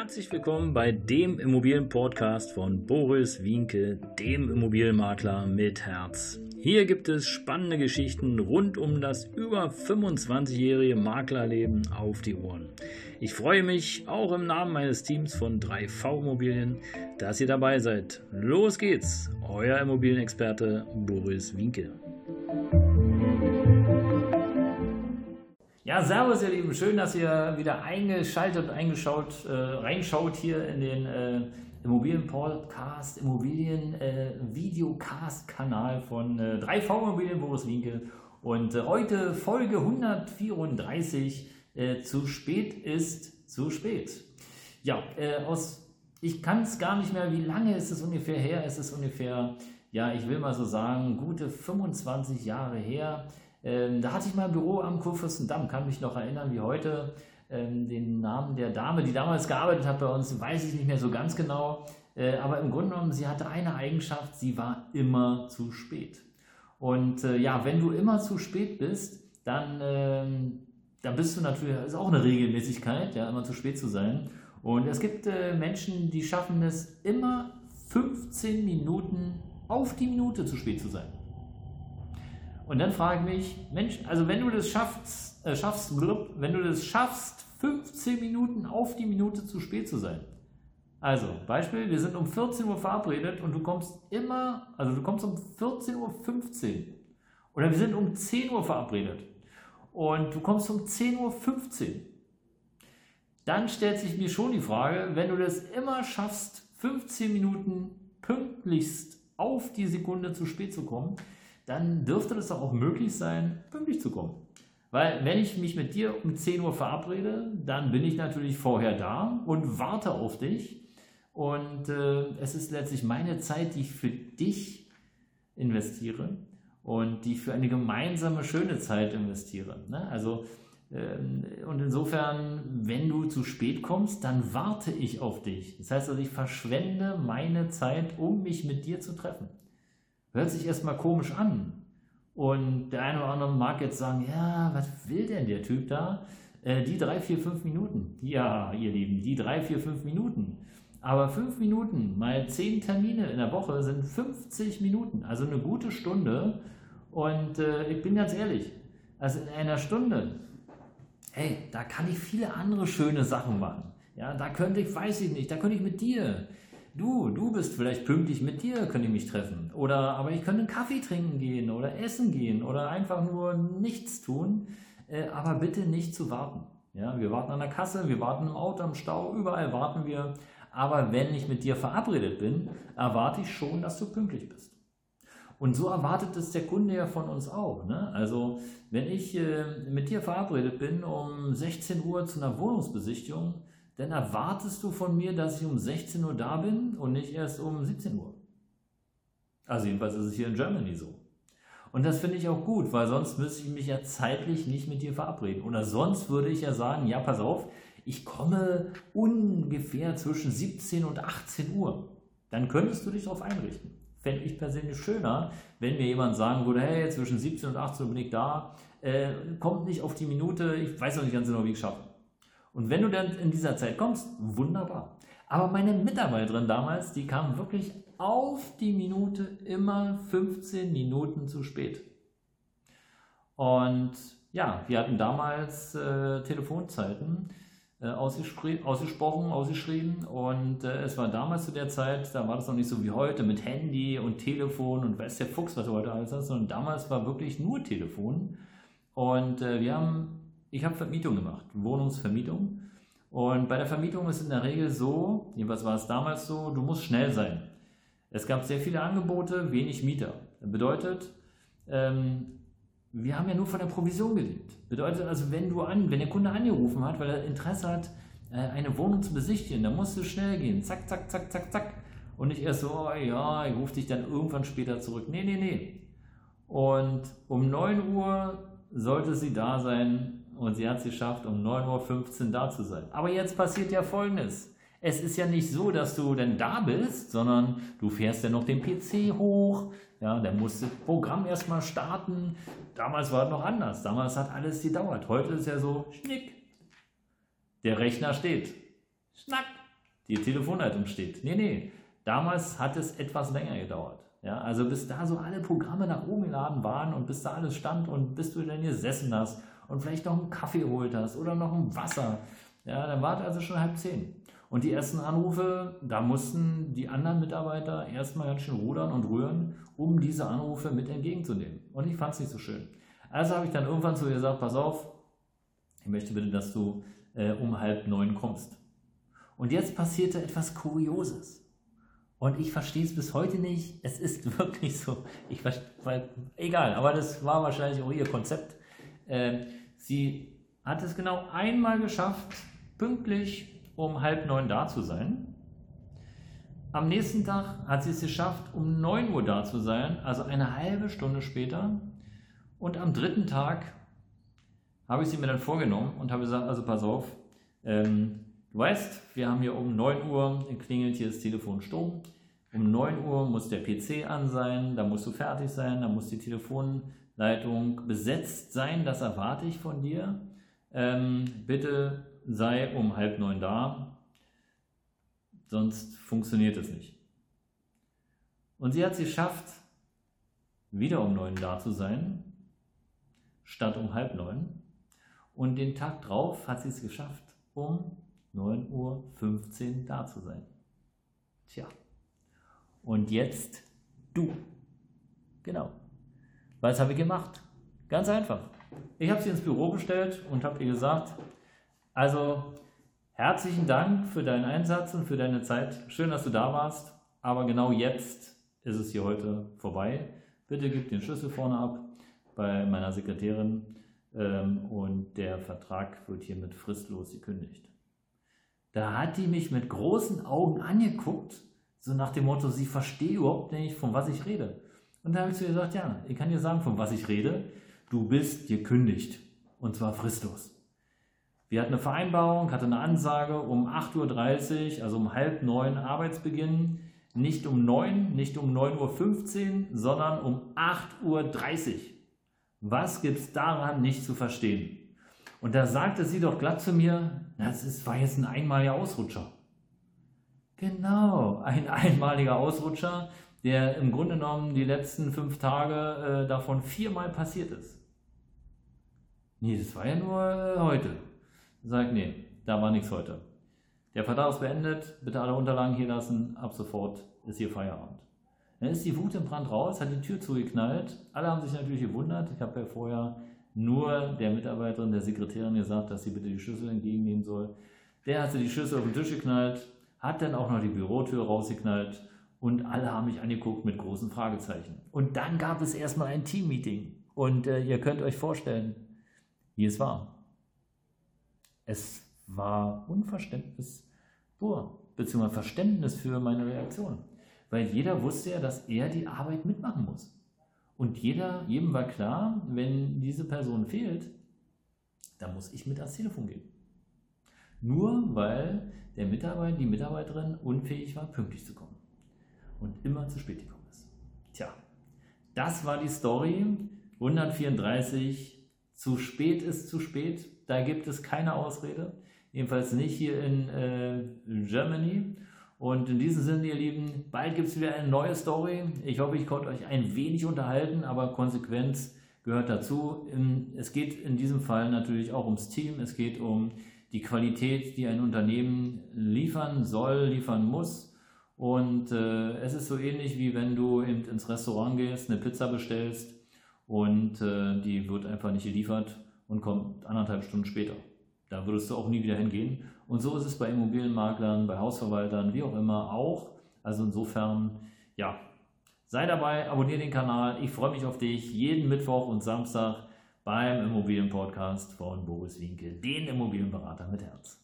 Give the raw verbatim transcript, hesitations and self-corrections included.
Herzlich willkommen bei dem Immobilienpodcast von Boris Wienke, dem Immobilienmakler mit Herz. Hier gibt es spannende Geschichten rund um das über fünfundzwanzigjährige Maklerleben auf die Ohren. Ich freue mich auch im Namen meines Teams von drei V Immobilien, dass ihr dabei seid. Los geht's, euer Immobilienexperte Boris Wienke. Ja, servus ihr Lieben, schön, dass ihr wieder eingeschaltet und eingeschaut, äh, reinschaut hier in den äh, Immobilien-Podcast, Immobilien-Videocast-Kanal von äh, drei V Immobilien, Boris Wienke. Und äh, heute Folge hundertvierunddreißig, äh, zu spät ist zu spät. Ja, äh, aus, ich kann es gar nicht mehr, wie lange ist es ungefähr her? Es ist ungefähr, ja, ich will mal so sagen, gute fünfundzwanzig Jahre her. Ähm, da hatte ich mal ein Büro am Kurfürstendamm, kann mich noch erinnern wie heute. Ähm, den Namen der Dame, die damals gearbeitet hat bei uns, weiß ich nicht mehr so ganz genau. Äh, aber im Grunde genommen, sie hatte eine Eigenschaft, sie war immer zu spät. Und äh, ja, wenn du immer zu spät bist, dann, ähm, dann bist du natürlich, das ist auch eine Regelmäßigkeit, ja, immer zu spät zu sein. Und es gibt äh, Menschen, die schaffen es immer fünfzehn Minuten auf die Minute zu spät zu sein. Und dann frage ich mich, Mensch, also wenn du das schaffst, äh, schaffst, wenn du das schaffst, fünfzehn Minuten auf die Minute zu spät zu sein. Also, Beispiel, wir sind um vierzehn Uhr verabredet und du kommst immer, also du kommst um vierzehn Uhr fünfzehn. Oder wir sind um zehn Uhr verabredet und du kommst um zehn Uhr fünfzehn. Dann stellt sich mir schon die Frage, wenn du das immer schaffst, fünfzehn Minuten pünktlichst auf die Sekunde zu spät zu kommen, dann dürfte es doch auch möglich sein, pünktlich zu kommen. Weil wenn ich mich mit dir um zehn Uhr verabrede, dann bin ich natürlich vorher da und warte auf dich. Und äh, es ist letztlich meine Zeit, die ich für dich investiere und die ich für eine gemeinsame schöne Zeit investiere. Ne? Also, ähm, und insofern, wenn du zu spät kommst, dann warte ich auf dich. Das heißt also, ich verschwende meine Zeit, um mich mit dir zu treffen. Hört sich erstmal komisch an. Und der eine oder andere mag jetzt sagen, ja, was will denn der Typ da? Äh, die drei, vier, fünf Minuten. Ja, ihr Lieben, die drei, vier, fünf Minuten. Aber fünf Minuten mal zehn Termine in der Woche sind fünfzig Minuten. Also eine gute Stunde. Und äh, ich bin ganz ehrlich, also in einer Stunde, hey, da kann ich viele andere schöne Sachen machen. Ja, da könnte ich, weiß ich nicht, da könnte ich mit dir... Du, du bist vielleicht pünktlich, mit dir könnte ich mich treffen. Oder, aber ich könnte einen Kaffee trinken gehen oder essen gehen oder einfach nur nichts tun. Äh, aber bitte nicht zu warten. Ja, wir warten an der Kasse, wir warten im Auto, im Stau, überall warten wir. Aber wenn ich mit dir verabredet bin, erwarte ich schon, dass du pünktlich bist. Und so erwartet es der Kunde ja von uns auch. Ne? Also wenn ich äh, mit dir verabredet bin um sechzehn Uhr zu einer Wohnungsbesichtigung, dann erwartest du von mir, dass ich um sechzehn Uhr da bin und nicht erst um siebzehn Uhr. Also jedenfalls ist es hier in Germany so. Und das finde ich auch gut, weil sonst müsste ich mich ja zeitlich nicht mit dir verabreden. Oder sonst würde ich ja sagen, ja pass auf, ich komme ungefähr zwischen siebzehn und achtzehn Uhr. Dann könntest du dich darauf einrichten. Fände ich persönlich schöner, wenn mir jemand sagen würde, hey, zwischen siebzehn und achtzehn Uhr bin ich da, äh, kommt nicht auf die Minute, ich weiß noch nicht ganz genau, wie ich es schaffe. Und wenn du dann in dieser Zeit kommst, wunderbar. Aber meine Mitarbeiterin damals, die kam wirklich auf die Minute immer fünfzehn Minuten zu spät. Und ja, wir hatten damals äh, Telefonzeiten äh, ausgespr- ausgesprochen, ausgeschrieben. Und äh, es war damals zu der Zeit, da war das noch nicht so wie heute mit Handy und Telefon und weiß der Fuchs, was du heute alles hast, sondern damals war wirklich nur Telefon. Und äh, wir haben... Ich habe Vermietung gemacht, Wohnungsvermietung. Und bei der Vermietung ist es in der Regel so, jedenfalls war es damals so, du musst schnell sein. Es gab sehr viele Angebote, wenig Mieter. Das bedeutet, ähm, wir haben ja nur von der Provision gelebt. Bedeutet also, wenn du an, wenn der Kunde angerufen hat, weil er Interesse hat, äh, eine Wohnung zu besichtigen, dann musst du schnell gehen. Zack, zack, zack, zack, zack. Und nicht erst so, oh, ja, ich rufe dich dann irgendwann später zurück. Nee, nee, nee. Und um neun Uhr sollte sie da sein. Und sie hat es geschafft, um neun Uhr fünfzehn da zu sein. Aber jetzt passiert ja Folgendes. Es ist ja nicht so, dass du dann da bist, sondern du fährst ja noch den P C hoch. Ja, dann musst du das Programm erstmal starten. Damals war es noch anders. Damals hat alles gedauert. Heute ist ja so, schnick. Der Rechner steht. Schnack. die Telefonleitung steht. Nee, nee, damals hat es etwas länger gedauert. Ja, also bis da so alle Programme nach oben geladen waren und bis da alles stand und bis du dann gesessen hast und vielleicht noch einen Kaffee geholt hast oder noch ein Wasser, ja, dann war es also schon halb zehn. Und die ersten Anrufe, da mussten die anderen Mitarbeiter erstmal ganz schön rudern und rühren, um diese Anrufe mit entgegenzunehmen. Und ich fand es nicht so schön. Also habe ich dann irgendwann zu ihr gesagt, pass auf, ich möchte bitte, dass du äh, um halb neun kommst. Und jetzt passierte etwas Kurioses. Und ich verstehe es bis heute nicht. Es ist wirklich so. Ich verstehe, weil, egal, aber das war wahrscheinlich auch ihr Konzept. Äh, sie hat es genau einmal geschafft, pünktlich um halb neun da zu sein. Am nächsten Tag hat sie es geschafft, um neun Uhr da zu sein, also eine halbe Stunde später. Und am dritten Tag habe ich sie mir dann vorgenommen und habe gesagt, also pass auf, ähm, du weißt, wir haben hier um neun Uhr, klingelt hier das Telefon stumm. Um neun Uhr muss der P C an sein, da musst du fertig sein, da muss die Telefonleitung besetzt sein, das erwarte ich von dir. Ähm, bitte sei um halb neun da, sonst funktioniert es nicht. Und sie hat es geschafft, wieder um neun da zu sein, statt um halb neun. Und den Tag drauf hat sie es geschafft, um neun Uhr fünfzehn da zu sein. Tja, und jetzt du. Genau. Was habe ich gemacht? Ganz einfach. Ich habe sie ins Büro bestellt und habe ihr gesagt, also herzlichen Dank für deinen Einsatz und für deine Zeit. Schön, dass du da warst, aber genau jetzt ist es hier heute vorbei. Bitte gib den Schlüssel vorne ab bei meiner Sekretärin ähm, und der Vertrag wird hiermit fristlos gekündigt. Da hat die mich mit großen Augen angeguckt, so nach dem Motto, sie versteht überhaupt nicht, von was ich rede. Und da habe ich zu ihr gesagt, ja, ich kann dir sagen, von was ich rede. Du bist gekündigt und zwar fristlos. Wir hatten eine Vereinbarung, hatte eine Ansage um acht Uhr dreißig, also um halb neun Arbeitsbeginn, nicht um neun, nicht um neun Uhr fünfzehn, sondern um acht Uhr dreißig. Was gibt es daran nicht zu verstehen? Und da sagte sie doch glatt zu mir, das ist, war jetzt ein einmaliger Ausrutscher. Genau, ein einmaliger Ausrutscher, der im Grunde genommen die letzten fünf Tage äh, davon viermal passiert ist. Nee, das war ja nur äh, heute. Sag, nee, da war nichts heute. Der Vertrag ist beendet, bitte alle Unterlagen hier lassen, ab sofort ist hier Feierabend. Dann ist die Wut im Brand raus, hat die Tür zugeknallt. Alle haben sich natürlich gewundert. Ich habe ja vorher nur der Mitarbeiterin, der Sekretärin gesagt, dass sie bitte die Schlüssel entgegennehmen soll. Der hat sie die Schlüssel auf den Tisch geknallt, hat dann auch noch die Bürotür rausgeknallt und alle haben mich angeguckt mit großen Fragezeichen. Und dann gab es erstmal ein Teammeeting und äh, ihr könnt euch vorstellen, wie es war. Es war Unverständnis pur, beziehungsweise Verständnis für meine Reaktion. Weil jeder wusste ja, dass er die Arbeit mitmachen muss. Und jeder, jedem war klar, wenn diese Person fehlt, dann muss ich mit ans Telefon gehen. Nur weil der Mitarbeiter, die Mitarbeiterin unfähig war, pünktlich zu kommen. Und immer zu spät gekommen ist. Tja, das war die Story. hundertvierunddreißig, zu spät ist zu spät. Da gibt es keine Ausrede. Jedenfalls nicht hier in äh, Germany. Und in diesem Sinne, ihr Lieben, bald gibt es wieder eine neue Story. Ich hoffe, ich konnte euch ein wenig unterhalten, aber Konsequenz gehört dazu. Es geht in diesem Fall natürlich auch ums Team. Es geht um die Qualität, die ein Unternehmen liefern soll, liefern muss. Und äh, es ist so ähnlich, wie wenn du eben ins Restaurant gehst, eine Pizza bestellst und äh, die wird einfach nicht geliefert und kommt anderthalb Stunden später. Da würdest du auch nie wieder hingehen. Und so ist es bei Immobilienmaklern, bei Hausverwaltern, wie auch immer auch. Also insofern, ja, sei dabei, abonniere den Kanal. Ich freue mich auf dich jeden Mittwoch und Samstag beim Immobilienpodcast von Boris Winkel, den Immobilienberater mit Herz.